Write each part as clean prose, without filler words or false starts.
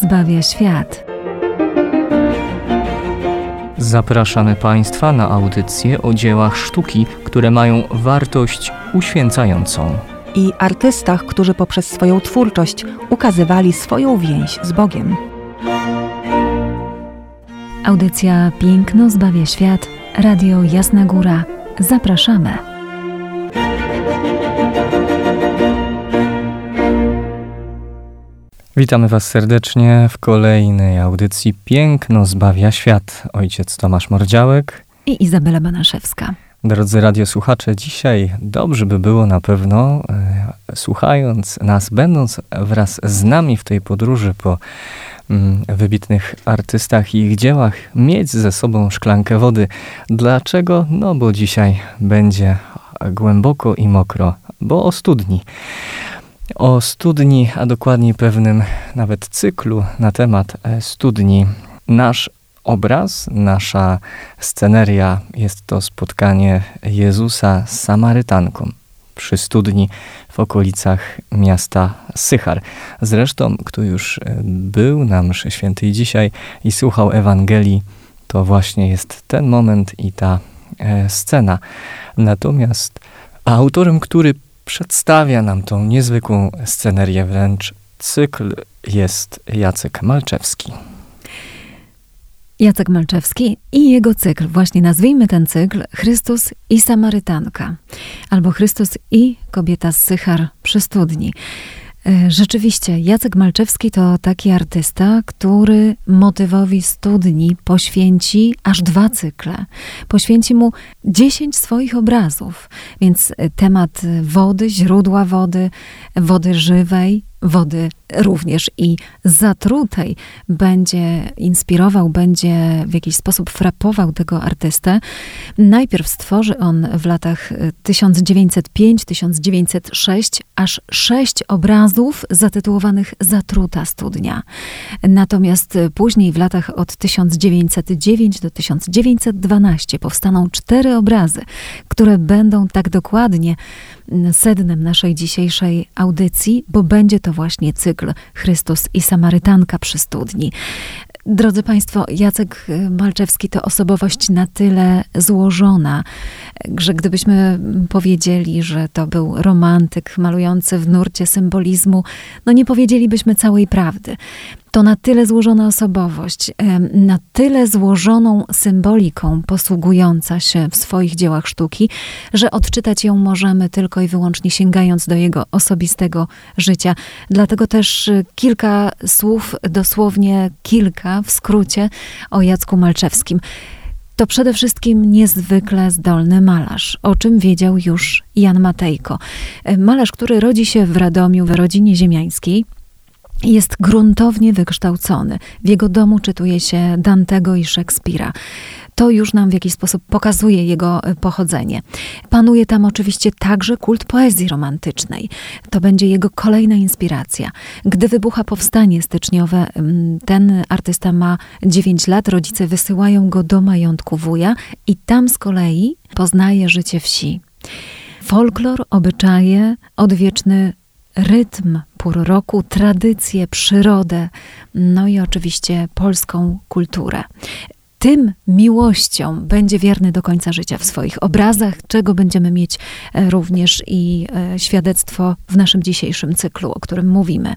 zbawia świat. Zapraszamy Państwa na audycję o dziełach sztuki, które mają wartość uświęcającą. I artystach, którzy poprzez swoją twórczość ukazywali swoją więź z Bogiem. Audycja Piękno zbawia świat. Radio Jasna Góra. Zapraszamy. Witamy Was serdecznie w kolejnej audycji Piękno zbawia świat. Ojciec Tomasz Mordziałek I Izabela Banaszewska. Drodzy radiosłuchacze, dzisiaj dobrze by było na pewno, słuchając nas, będąc wraz z nami w tej podróży po wybitnych artystach i ich dziełach, mieć ze sobą szklankę wody. Dlaczego? No bo dzisiaj będzie głęboko i mokro, bo o studni. O studni, a dokładniej pewnym nawet cyklu na temat studni. Nasz obraz, nasza sceneria jest to spotkanie Jezusa z Samarytanką przy studni w okolicach miasta Sychar. Zresztą, kto już był na mszy świętej dzisiaj i słuchał Ewangelii, to właśnie jest ten moment i ta scena. Natomiast autorem, który przedstawia nam tą niezwykłą scenerię, wręcz cykl, jest Jacek Malczewski. Jacek Malczewski i jego cykl, właśnie nazwijmy ten cykl Chrystus i Samarytanka, albo Chrystus i kobieta z Sychar przy studni. Rzeczywiście, Jacek Malczewski to taki artysta, który motywowi studni poświęci aż 2 cykle. Poświęci mu 10 swoich obrazów, więc temat wody, źródła wody, wody żywej, wody również i zatrutej będzie inspirował, będzie w jakiś sposób frapował tego artystę. Najpierw stworzy on w latach 1905-1906 aż 6 obrazów zatytułowanych Zatruta studnia. Natomiast później w latach od 1909 do 1912 powstaną 4 obrazy, które będą tak dokładnie sednem naszej dzisiejszej audycji, bo będzie to właśnie cykl Chrystus i Samarytanka przy studni. Drodzy Państwo, Jacek Malczewski to osobowość na tyle złożona, że gdybyśmy powiedzieli, że to był romantyk malujący w nurcie symbolizmu, no nie powiedzielibyśmy całej prawdy. To na tyle złożona osobowość, na tyle złożoną symboliką posługująca się w swoich dziełach sztuki, że odczytać ją możemy tylko i wyłącznie sięgając do jego osobistego życia. Dlatego też kilka słów, dosłownie kilka w skrócie o Jacku Malczewskim. To przede wszystkim niezwykle zdolny malarz, o czym wiedział już Jan Matejko. Malarz, który rodzi się w Radomiu, w rodzinie ziemiańskiej, jest gruntownie wykształcony. W jego domu czytuje się Dantego i Szekspira. To już nam w jakiś sposób pokazuje jego pochodzenie. Panuje tam oczywiście także kult poezji romantycznej. To będzie jego kolejna inspiracja. Gdy wybucha powstanie styczniowe, ten artysta ma 9 lat, rodzice wysyłają go do majątku wuja i tam z kolei poznaje życie wsi. Folklor, obyczaje, odwieczny rytm pór roku, tradycje, przyrodę, no i oczywiście polską kulturę. Tym miłością będzie wierny do końca życia w swoich obrazach, czego będziemy mieć również i świadectwo w naszym dzisiejszym cyklu, o którym mówimy.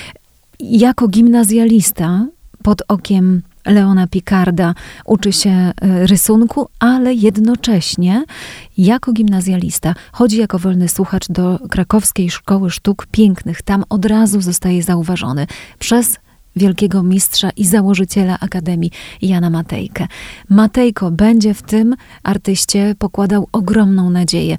Jako gimnazjalista pod okiem Leona Picarda uczy się rysunku, ale jednocześnie jako gimnazjalista chodzi jako wolny słuchacz do Krakowskiej Szkoły Sztuk Pięknych. Tam od razu zostaje zauważony przez wielkiego mistrza i założyciela Akademii Jana Matejkę. Matejko będzie w tym artyście pokładał ogromną nadzieję.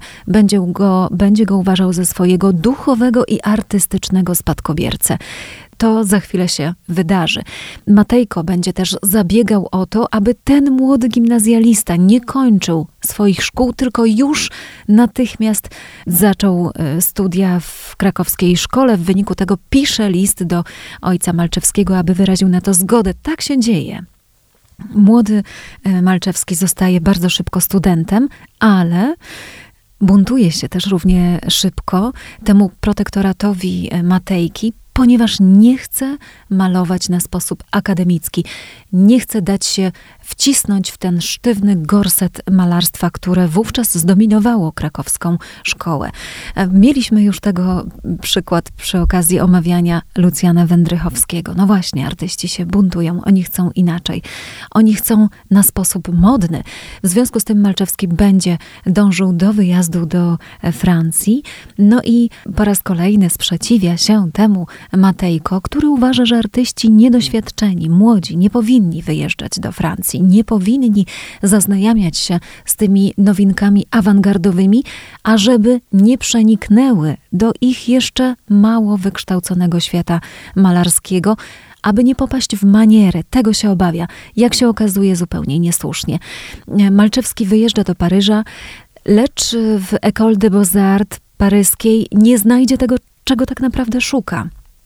Będzie go uważał za swojego duchowego i artystycznego spadkobiercę. To za chwilę się wydarzy. Matejko będzie też zabiegał o to, aby ten młody gimnazjalista nie kończył swoich szkół, tylko już natychmiast zaczął studia w krakowskiej szkole. W wyniku tego pisze list do ojca Malczewskiego, aby wyraził na to zgodę. Tak się dzieje. Młody Malczewski zostaje bardzo szybko studentem, ale buntuje się też równie szybko temu protektoratowi Matejki ponieważ nie chce malować na sposób akademicki. Nie chce dać się wcisnąć w ten sztywny gorset malarstwa, które wówczas zdominowało krakowską szkołę. Mieliśmy już tego przykład przy okazji omawiania Lucjana Wędrychowskiego. No właśnie, artyści się buntują, oni chcą inaczej. Oni chcą na sposób modny. W związku z tym Malczewski będzie dążył do wyjazdu do Francji. No i po raz kolejny sprzeciwia się temu Matejko, który uważa, że artyści niedoświadczeni, młodzi nie powinni wyjeżdżać do Francji, nie powinni zaznajamiać się z tymi nowinkami awangardowymi, ażeby nie przeniknęły do ich jeszcze mało wykształconego świata malarskiego, aby nie popaść w manierę. Tego się obawia. Jak się okazuje, zupełnie niesłusznie. Malczewski wyjeżdża do Paryża, lecz w École des Beaux-Arts paryskiej nie znajdzie tego, czego tak naprawdę szuka.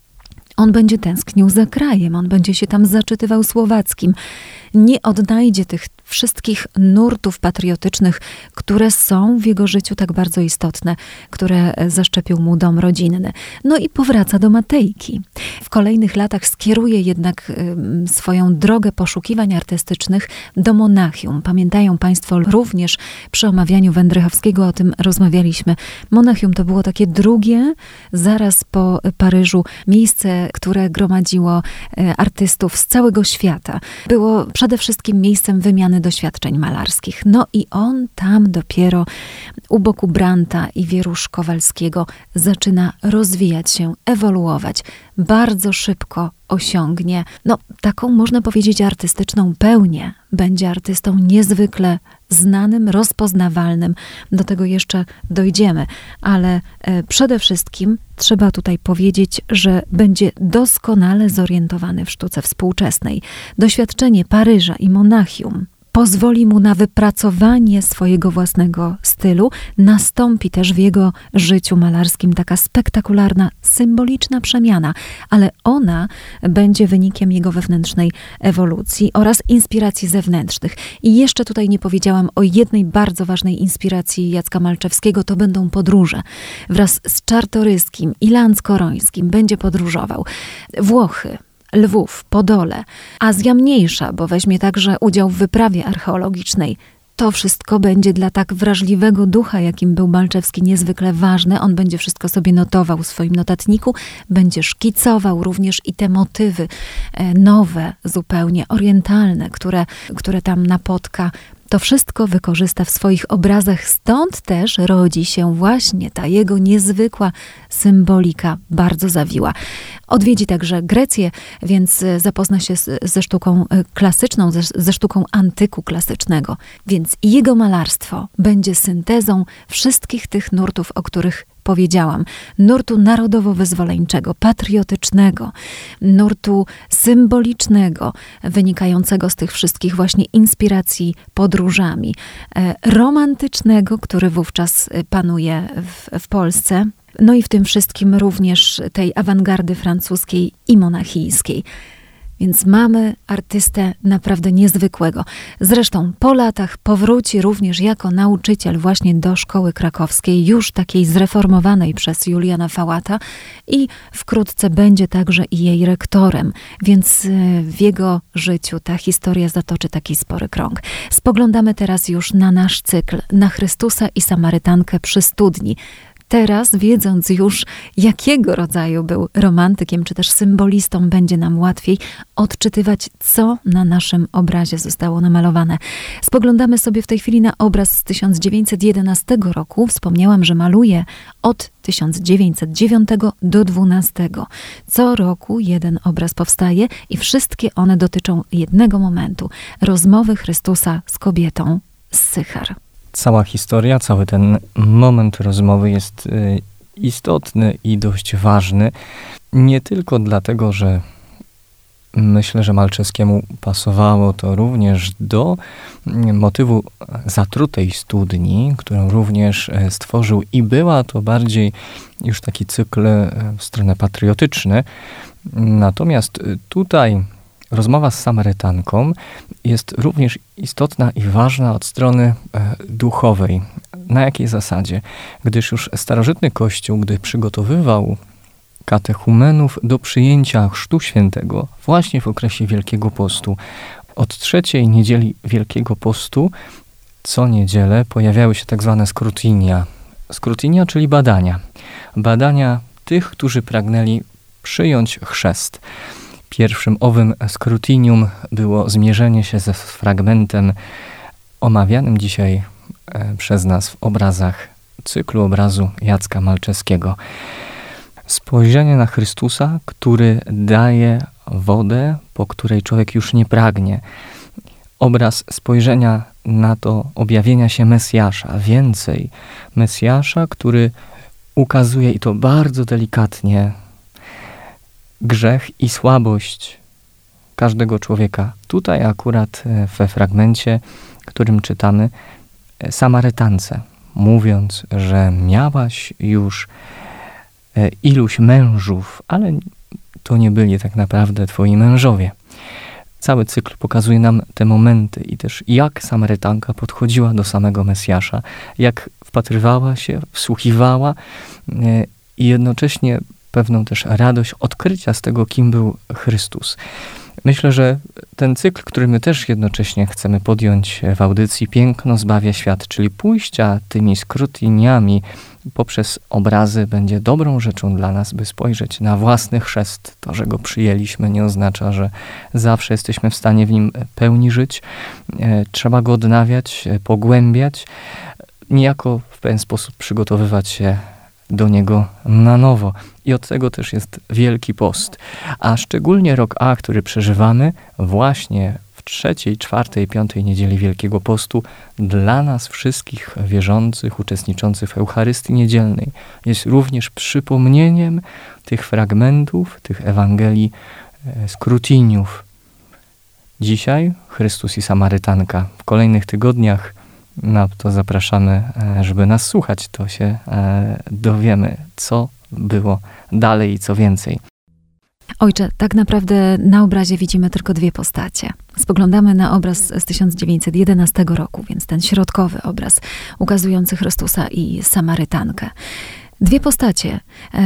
On będzie tęsknił za krajem, on będzie się tam zaczytywał słowackim. Nie odnajdzie tych wszystkich nurtów patriotycznych, które są w jego życiu tak bardzo istotne, które zaszczepił mu dom rodzinny. No i powraca do Matejki. W kolejnych latach skieruje jednak swoją drogę poszukiwań artystycznych do Monachium. Pamiętają Państwo również przy omawianiu Wędrychowskiego, o tym rozmawialiśmy. Monachium to było takie drugie, zaraz po Paryżu, miejsce, które gromadziło artystów z całego świata. Było przede wszystkim miejscem wymiany doświadczeń malarskich. No i on tam dopiero u boku Brandta i Wierusz Kowalskiego zaczyna rozwijać się, ewoluować. Bardzo szybko osiągnie, taką można powiedzieć artystyczną pełnię. Będzie artystą niezwykle znanym, rozpoznawalnym. Do tego jeszcze dojdziemy. Ale przede wszystkim trzeba tutaj powiedzieć, że będzie doskonale zorientowany w sztuce współczesnej. Doświadczenie Paryża i Monachium pozwoli mu na wypracowanie swojego własnego stylu. Nastąpi też w jego życiu malarskim taka spektakularna, symboliczna przemiana, ale ona będzie wynikiem jego wewnętrznej ewolucji oraz inspiracji zewnętrznych. I jeszcze tutaj nie powiedziałam o jednej bardzo ważnej inspiracji Jacka Malczewskiego, to będą podróże. Wraz z Czartoryskim i Lanckorońskim będzie podróżował. Włochy, Lwów, Podole, Azja Mniejsza, bo weźmie także udział w wyprawie archeologicznej. To wszystko będzie dla tak wrażliwego ducha, jakim był Malczewski, niezwykle ważne. On będzie wszystko sobie notował w swoim notatniku, będzie szkicował również i te motywy nowe, zupełnie orientalne, które tam napotka. To wszystko wykorzysta w swoich obrazach, stąd też rodzi się właśnie ta jego niezwykła symbolika, bardzo zawiła. Odwiedzi także Grecję, więc zapozna się ze sztuką klasyczną, ze sztuką antyku klasycznego. Więc jego malarstwo będzie syntezą wszystkich tych nurtów, o których powiedziałam. Nurtu narodowo-wyzwoleńczego, patriotycznego, nurtu symbolicznego, wynikającego z tych wszystkich właśnie inspiracji podróżami, romantycznego, który wówczas panuje w Polsce. No i w tym wszystkim również tej awangardy francuskiej i monachijskiej. Więc mamy artystę naprawdę niezwykłego. Zresztą po latach powróci również jako nauczyciel właśnie do szkoły krakowskiej, już takiej zreformowanej przez Juliana Fałata i wkrótce będzie także i jej rektorem. Więc w jego życiu ta historia zatoczy taki spory krąg. Spoglądamy teraz już na nasz cykl, na Chrystusa i Samarytankę przy studni. Teraz, wiedząc już, jakiego rodzaju był romantykiem, czy też symbolistą, będzie nam łatwiej odczytywać, co na naszym obrazie zostało namalowane. Spoglądamy sobie w tej chwili na obraz z 1911 roku. Wspomniałam, że maluje od 1909 do 12. Co roku jeden obraz powstaje i wszystkie one dotyczą jednego momentu. Rozmowy Chrystusa z kobietą z Sychar. Cała historia, cały ten moment rozmowy jest istotny i dość ważny. Nie tylko dlatego, że myślę, że Malczewskiemu pasowało to również do motywu zatrutej studni, którą również stworzył i była to bardziej już taki cykl w stronę patriotyczny. Natomiast tutaj rozmowa z Samarytanką jest również istotna i ważna od strony duchowej. Na jakiej zasadzie? Gdyż już starożytny Kościół, gdy przygotowywał katechumenów do przyjęcia Chrztu Świętego właśnie w okresie Wielkiego Postu. Od 3. niedzieli Wielkiego Postu co niedzielę pojawiały się tak zwane scrutinia. Scrutinia, czyli badania. Badania tych, którzy pragnęli przyjąć chrzest. Pierwszym owym scrutinium było zmierzenie się ze fragmentem omawianym dzisiaj przez nas w obrazach cyklu obrazu Jacka Malczewskiego. Spojrzenie na Chrystusa, który daje wodę, po której człowiek już nie pragnie. Obraz spojrzenia na to objawienia się Mesjasza. Więcej, Mesjasza, który ukazuje, i to bardzo delikatnie, grzech i słabość każdego człowieka. Tutaj akurat we fragmencie, którym czytamy, Samarytance, mówiąc, że miałaś już iluś mężów, ale to nie byli tak naprawdę twoi mężowie. Cały cykl pokazuje nam te momenty i też jak Samarytanka podchodziła do samego Mesjasza, jak wpatrywała się, wsłuchiwała i jednocześnie pewną też radość odkrycia z tego, kim był Chrystus. Myślę, że ten cykl, który my też jednocześnie chcemy podjąć w audycji Piękno zbawia świat, czyli pójścia tymi scrutiniami poprzez obrazy, będzie dobrą rzeczą dla nas, by spojrzeć na własny chrzest. To, że go przyjęliśmy, nie oznacza, że zawsze jesteśmy w stanie w nim pełni żyć. Trzeba go odnawiać, pogłębiać, niejako w pewien sposób przygotowywać się do niego na nowo. I od tego też jest Wielki Post. A szczególnie rok A, który przeżywamy właśnie w 3., 4. i 5. niedzieli Wielkiego Postu, dla nas wszystkich wierzących, uczestniczących w Eucharystii Niedzielnej, jest również przypomnieniem tych fragmentów, tych Ewangelii scrutiniów. Dzisiaj Chrystus i Samarytanka. W kolejnych tygodniach na to zapraszamy, żeby nas słuchać. To się dowiemy, co było dalej i co więcej. Ojcze, tak naprawdę na obrazie widzimy tylko dwie postacie. Spoglądamy na obraz z 1911 roku, więc ten środkowy obraz ukazujący Chrystusa i Samarytankę. Dwie postacie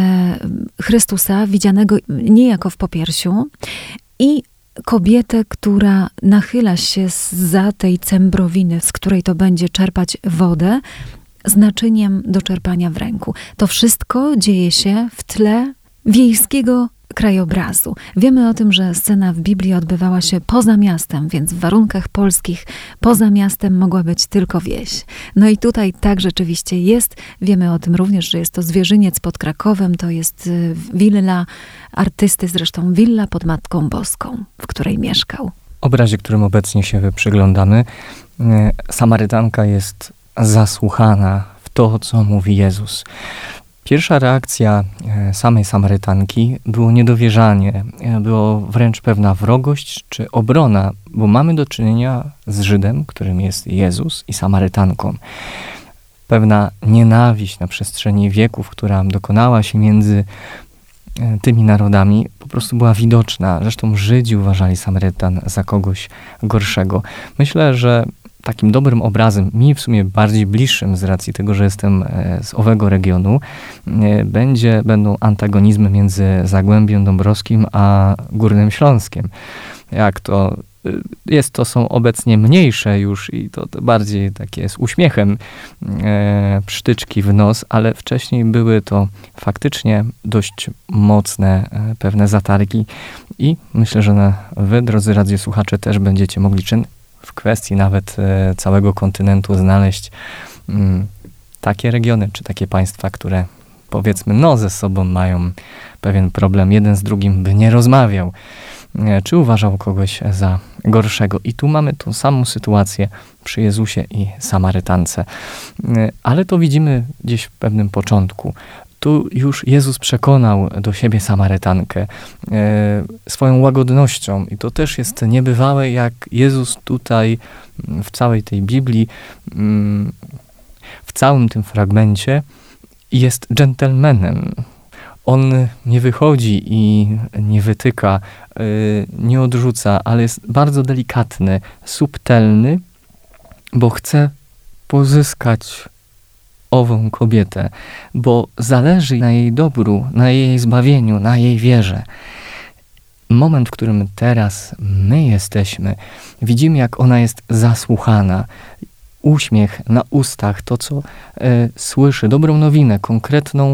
Chrystusa widzianego niejako w popiersiu i kobietę, która nachyla się zza tej cembrowiny, z której to będzie czerpać wodę, z naczyniem do czerpania w ręku. To wszystko dzieje się w tle wiejskiego krajobrazu. Wiemy o tym, że scena w Biblii odbywała się poza miastem, więc w warunkach polskich poza miastem mogła być tylko wieś. No i tutaj tak rzeczywiście jest. Wiemy o tym również, że jest to Zwierzyniec pod Krakowem, to jest willa artysty, zresztą willa pod Matką Boską, w której mieszkał. W obrazie, którym obecnie się przyglądamy, Samarytanka jest zasłuchana w to, co mówi Jezus. Pierwsza reakcja samej Samarytanki było niedowierzanie, było wręcz pewna wrogość czy obrona, bo mamy do czynienia z Żydem, którym jest Jezus, i Samarytanką. Pewna nienawiść na przestrzeni wieków, która dokonała się między tymi narodami, po prostu była widoczna. Zresztą Żydzi uważali Samarytan za kogoś gorszego. Myślę, że takim dobrym obrazem, mi w sumie bardziej bliższym z racji tego, że jestem z owego regionu, będą antagonizmy między Zagłębiem Dąbrowskim a Górnym Śląskiem. Jak to jest, to są obecnie mniejsze już i to bardziej takie z uśmiechem psztyczki w nos, ale wcześniej były to faktycznie dość mocne pewne zatargi i myślę, że wy, drodzy radiosłuchacze, też będziecie mogli w kwestii nawet całego kontynentu znaleźć takie regiony, czy takie państwa, które powiedzmy ze sobą mają pewien problem, jeden z drugim by nie rozmawiał, czy uważał kogoś za gorszego. I tu mamy tą samą sytuację przy Jezusie i Samarytance. Ale to widzimy gdzieś w pewnym początku. Tu już Jezus przekonał do siebie Samarytankę swoją łagodnością i to też jest niebywałe, jak Jezus tutaj w całej tej Biblii, w całym tym fragmencie jest dżentelmenem. On nie wychodzi i nie wytyka, nie odrzuca, ale jest bardzo delikatny, subtelny, bo chce pozyskać ową kobietę, bo zależy na jej dobru, na jej zbawieniu, na jej wierze. Moment, w którym teraz my jesteśmy, widzimy, jak ona jest zasłuchana. Uśmiech na ustach, to co słyszy, dobrą nowinę, konkretną,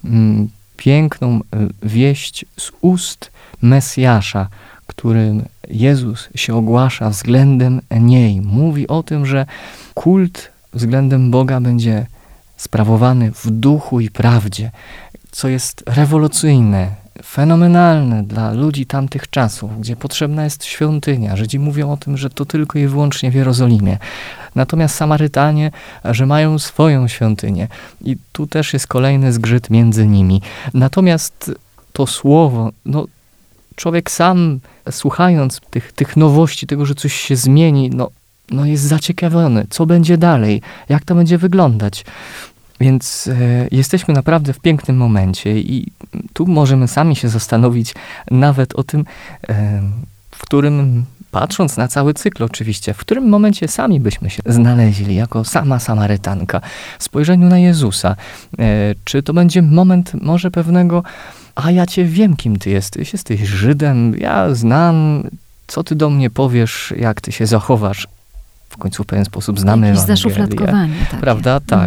piękną wieść z ust Mesjasza, którym Jezus się ogłasza względem niej. Mówi o tym, że kult względem Boga będzie sprawowany w duchu i prawdzie, co jest rewolucyjne, fenomenalne dla ludzi tamtych czasów, gdzie potrzebna jest świątynia. Żydzi mówią o tym, że to tylko i wyłącznie w Jerozolimie. Natomiast Samarytanie, że mają swoją świątynię. I tu też jest kolejny zgrzyt między nimi. Natomiast to słowo, człowiek sam słuchając tych nowości, tego, że coś się zmieni, jest zaciekawiony, co będzie dalej, jak to będzie wyglądać. Więc jesteśmy naprawdę w pięknym momencie i tu możemy sami się zastanowić nawet o tym, w którym, patrząc na cały cykl oczywiście, w którym momencie sami byśmy się znaleźli jako sama Samarytanka w spojrzeniu na Jezusa. Czy to będzie moment może pewnego, a ja cię wiem, kim ty jesteś Żydem, ja znam, co ty do mnie powiesz, jak ty się zachowasz. W końcu w pewien sposób znamy Jakieś Ewangelię. zaszufladkowanie. Prawda? Tak.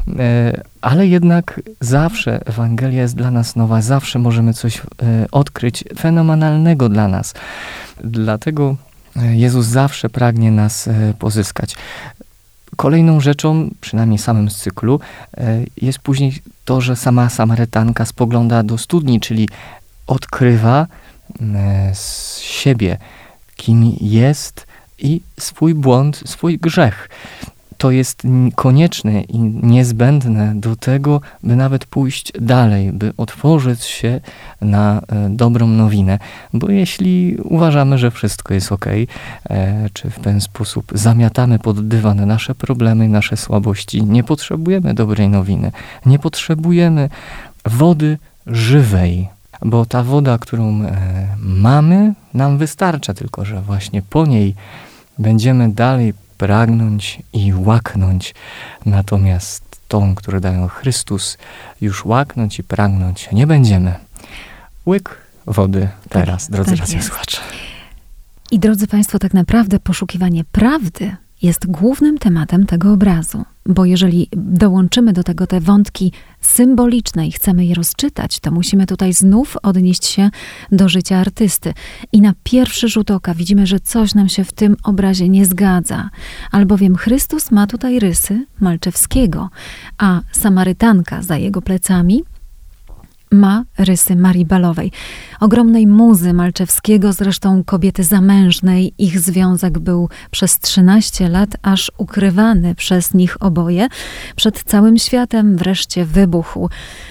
Ale jednak zawsze Ewangelia jest dla nas nowa, zawsze możemy coś odkryć fenomenalnego dla nas. Dlatego Jezus zawsze pragnie nas pozyskać. Kolejną rzeczą, przynajmniej samym z cyklu, jest później to, że sama Samarytanka spogląda do studni, czyli odkrywa z siebie, kim jest i swój błąd, swój grzech. To jest konieczne i niezbędne do tego, by nawet pójść dalej, by otworzyć się na dobrą nowinę. Bo jeśli uważamy, że wszystko jest okej, czy w ten sposób zamiatamy pod dywan nasze problemy, nasze słabości, nie potrzebujemy dobrej nowiny. Nie potrzebujemy wody żywej, bo ta woda, którą mamy, nam wystarcza, tylko że właśnie po niej będziemy dalej pragnąć i łaknąć. Natomiast tą, którą dają Chrystus, już łaknąć i pragnąć nie będziemy. Łyk wody teraz, drodzy radiosłuchacze. I drodzy Państwo, tak naprawdę poszukiwanie prawdy jest głównym tematem tego obrazu. Bo jeżeli dołączymy do tego te wątki symboliczne i chcemy je rozczytać, to musimy tutaj znów odnieść się do życia artysty. I na pierwszy rzut oka widzimy, że coś nam się w tym obrazie nie zgadza. Albowiem Chrystus ma tutaj rysy Malczewskiego, a Samarytanka za jego plecami ma rysy Marii Balowej, ogromnej muzy Malczewskiego, zresztą kobiety zamężnej. Ich związek był przez 13 lat aż ukrywany przez nich oboje. Przed całym światem wreszcie wybuchł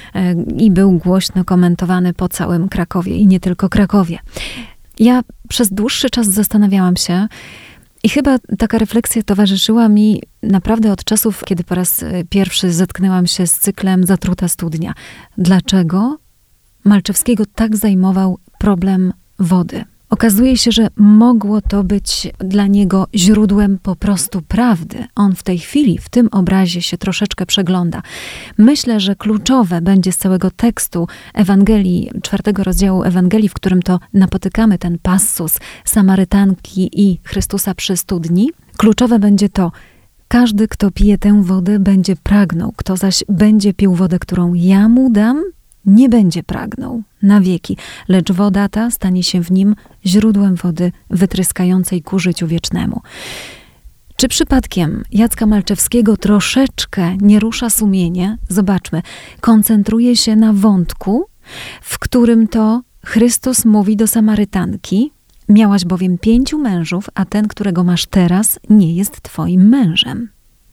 i był głośno komentowany po całym Krakowie i nie tylko Krakowie. Ja przez dłuższy czas zastanawiałam się, i chyba taka refleksja towarzyszyła mi naprawdę od czasów, kiedy po raz pierwszy zetknęłam się z cyklem Zatruta studnia. Dlaczego Malczewskiego tak zajmował problem wody? Okazuje się, że mogło to być dla niego źródłem po prostu prawdy. On w tej chwili, w tym obrazie się troszeczkę przegląda. Myślę, że kluczowe będzie z całego tekstu Ewangelii, 4 rozdziału Ewangelii, w którym to napotykamy ten passus Samarytanki i Chrystusa przy studni. Kluczowe będzie to: każdy, kto pije tę wodę, będzie pragnął. Kto zaś będzie pił wodę, którą ja mu dam, nie będzie pragnął na wieki, lecz woda ta stanie się w nim źródłem wody wytryskającej ku życiu wiecznemu. Czy przypadkiem Jacka Malczewskiego troszeczkę nie rusza sumienie? Zobaczmy, koncentruje się na wątku, w którym to Chrystus mówi do Samarytanki: miałaś bowiem 5 mężów, a ten, którego masz teraz, nie jest twoim mężem.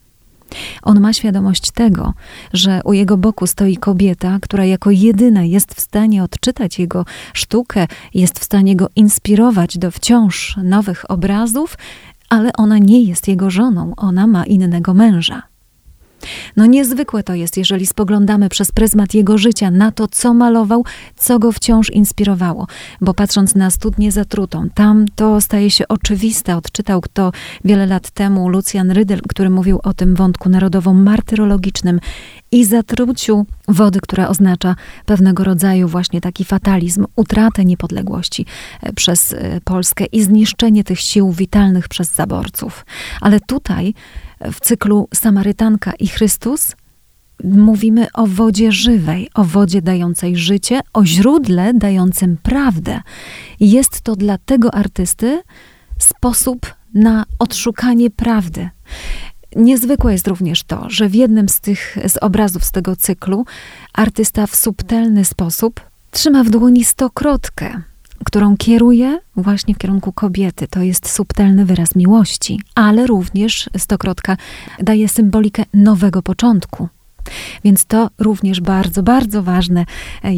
On ma świadomość tego, że u jego boku stoi kobieta, która jako jedyna jest w stanie odczytać jego sztukę, jest w stanie go inspirować do wciąż nowych obrazów, ale ona nie jest jego żoną, ona ma innego męża. No niezwykłe to jest, jeżeli spoglądamy przez pryzmat jego życia na to, co malował, co go wciąż inspirowało. Bo patrząc na studnię zatrutą, tam to staje się oczywiste. Odczytał kto wiele lat temu Lucjan Rydel, który mówił o tym wątku narodowo-martyrologicznym i zatruciu wody, która oznacza pewnego rodzaju właśnie taki fatalizm, utratę niepodległości przez Polskę i zniszczenie tych sił witalnych przez zaborców. Ale tutaj w cyklu Samarytanka i Chrystus mówimy o wodzie żywej, o wodzie dającej życie, o źródle dającym prawdę. I jest to dla tego artysty sposób na odszukanie prawdy. Niezwykłe jest również to, że w jednym z obrazów z tego cyklu artysta w subtelny sposób trzyma w dłoni stokrotkę, którą kieruje właśnie w kierunku kobiety. To jest subtelny wyraz miłości, ale również stokrotka daje symbolikę nowego początku. Więc to również bardzo, bardzo ważne,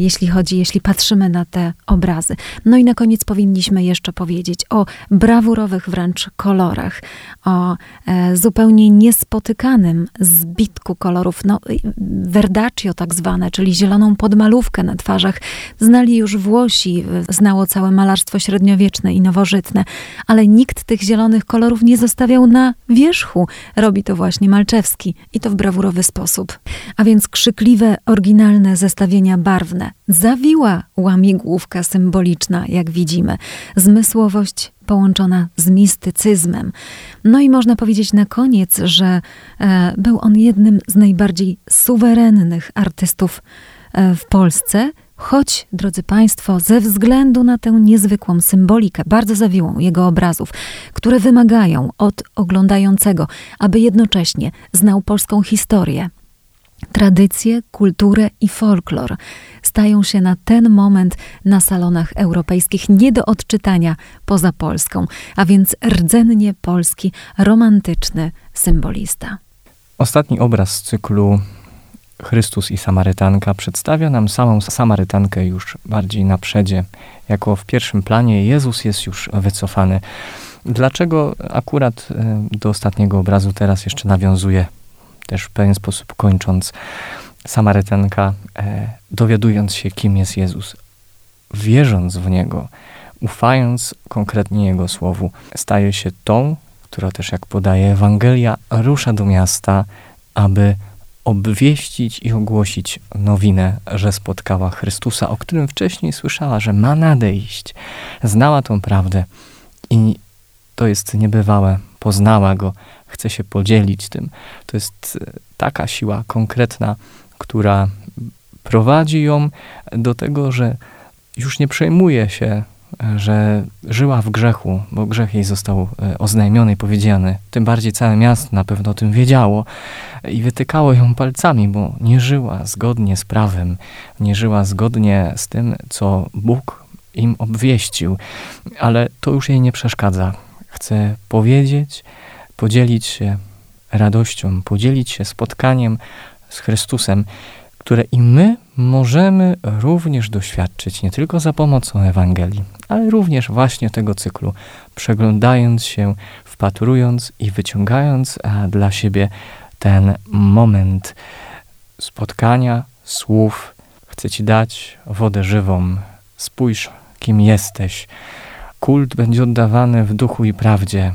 jeśli patrzymy na te obrazy. No i na koniec powinniśmy jeszcze powiedzieć o brawurowych wręcz kolorach, o zupełnie niespotykanym zbitku kolorów, verdaccio tak zwane, czyli zieloną podmalówkę na twarzach. Znali już Włosi, znało całe malarstwo średniowieczne i nowożytne, ale nikt tych zielonych kolorów nie zostawiał na wierzchu. Robi to właśnie Malczewski i to w brawurowy sposób. A więc krzykliwe, oryginalne zestawienia barwne. Zawiła łamigłówka symboliczna, jak widzimy. Zmysłowość połączona z mistycyzmem. No i można powiedzieć na koniec, że był on jednym z najbardziej suwerennych artystów w Polsce, choć, drodzy Państwo, ze względu na tę niezwykłą symbolikę, bardzo zawiłą jego obrazów, które wymagają od oglądającego, aby jednocześnie znał polską historię, tradycje, kulturę i folklor, stają się na ten moment na salonach europejskich nie do odczytania poza Polską, a więc rdzennie polski, romantyczny symbolista. Ostatni obraz z cyklu Chrystus i Samarytanka przedstawia nam samą Samarytankę już bardziej na przedzie. Jako w pierwszym planie Jezus jest już wycofany. Dlaczego akurat do ostatniego obrazu teraz jeszcze nawiązuje? Też w pewien sposób kończąc, Samarytanka, dowiadując się, kim jest Jezus, wierząc w Niego, ufając konkretnie Jego słowu, staje się tą, która też, jak podaje Ewangelia, rusza do miasta, aby obwieścić i ogłosić nowinę, że spotkała Chrystusa, o którym wcześniej słyszała, że ma nadejść. Znała tą prawdę i to jest niebywałe. Poznała Go, chce się podzielić tym. To jest taka siła konkretna, która prowadzi ją do tego, że już nie przejmuje się, że żyła w grzechu, bo grzech jej został oznajmiony i powiedziany. Tym bardziej całe miasto na pewno o tym wiedziało i wytykało ją palcami, bo nie żyła zgodnie z prawem, nie żyła zgodnie z tym, co Bóg im obwieścił. Ale to już jej nie przeszkadza. Chce powiedzieć, podzielić się radością, podzielić się spotkaniem z Chrystusem, które i my możemy również doświadczyć, nie tylko za pomocą Ewangelii, ale również właśnie tego cyklu, przeglądając się, wpatrując i wyciągając dla siebie ten moment spotkania, słów. Chcę Ci dać wodę żywą, spójrz, kim jesteś. Kult będzie oddawany w duchu i prawdzie.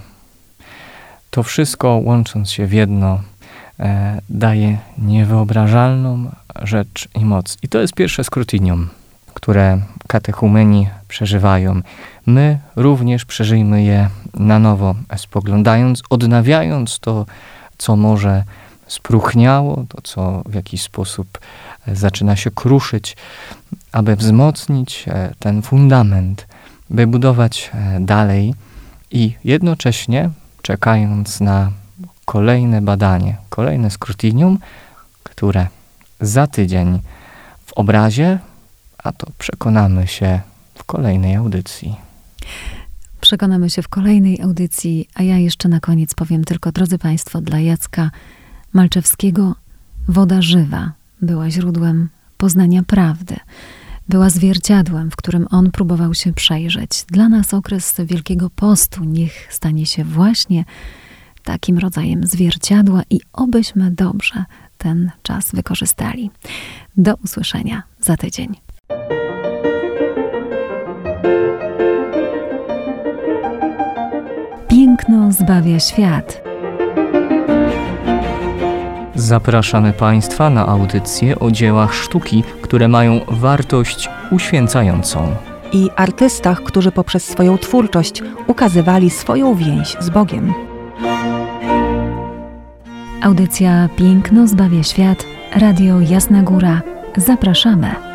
To wszystko, łącząc się w jedno, daje niewyobrażalną rzecz i moc. I to jest pierwsze scrutinium, które katechumeni przeżywają. My również przeżyjmy je na nowo, spoglądając, odnawiając to, co może spróchniało, to, co w jakiś sposób zaczyna się kruszyć, aby wzmocnić ten fundament, by budować dalej i jednocześnie czekając na kolejne badanie, kolejne scrutinium, które za tydzień w obrazie, a to przekonamy się w kolejnej audycji. Przekonamy się w kolejnej audycji, a ja jeszcze na koniec powiem tylko, drodzy Państwo, dla Jacka Malczewskiego woda żywa była źródłem poznania prawdy. Była zwierciadłem, w którym on próbował się przejrzeć. Dla nas okres Wielkiego Postu niech stanie się właśnie takim rodzajem zwierciadła i obyśmy dobrze ten czas wykorzystali. Do usłyszenia za tydzień. Piękno zbawia świat. Zapraszamy Państwa na audycje o dziełach sztuki, które mają wartość uświęcającą. I artystach, którzy poprzez swoją twórczość ukazywali swoją więź z Bogiem. Audycja Piękno zbawia świat. Radio Jasna Góra. Zapraszamy.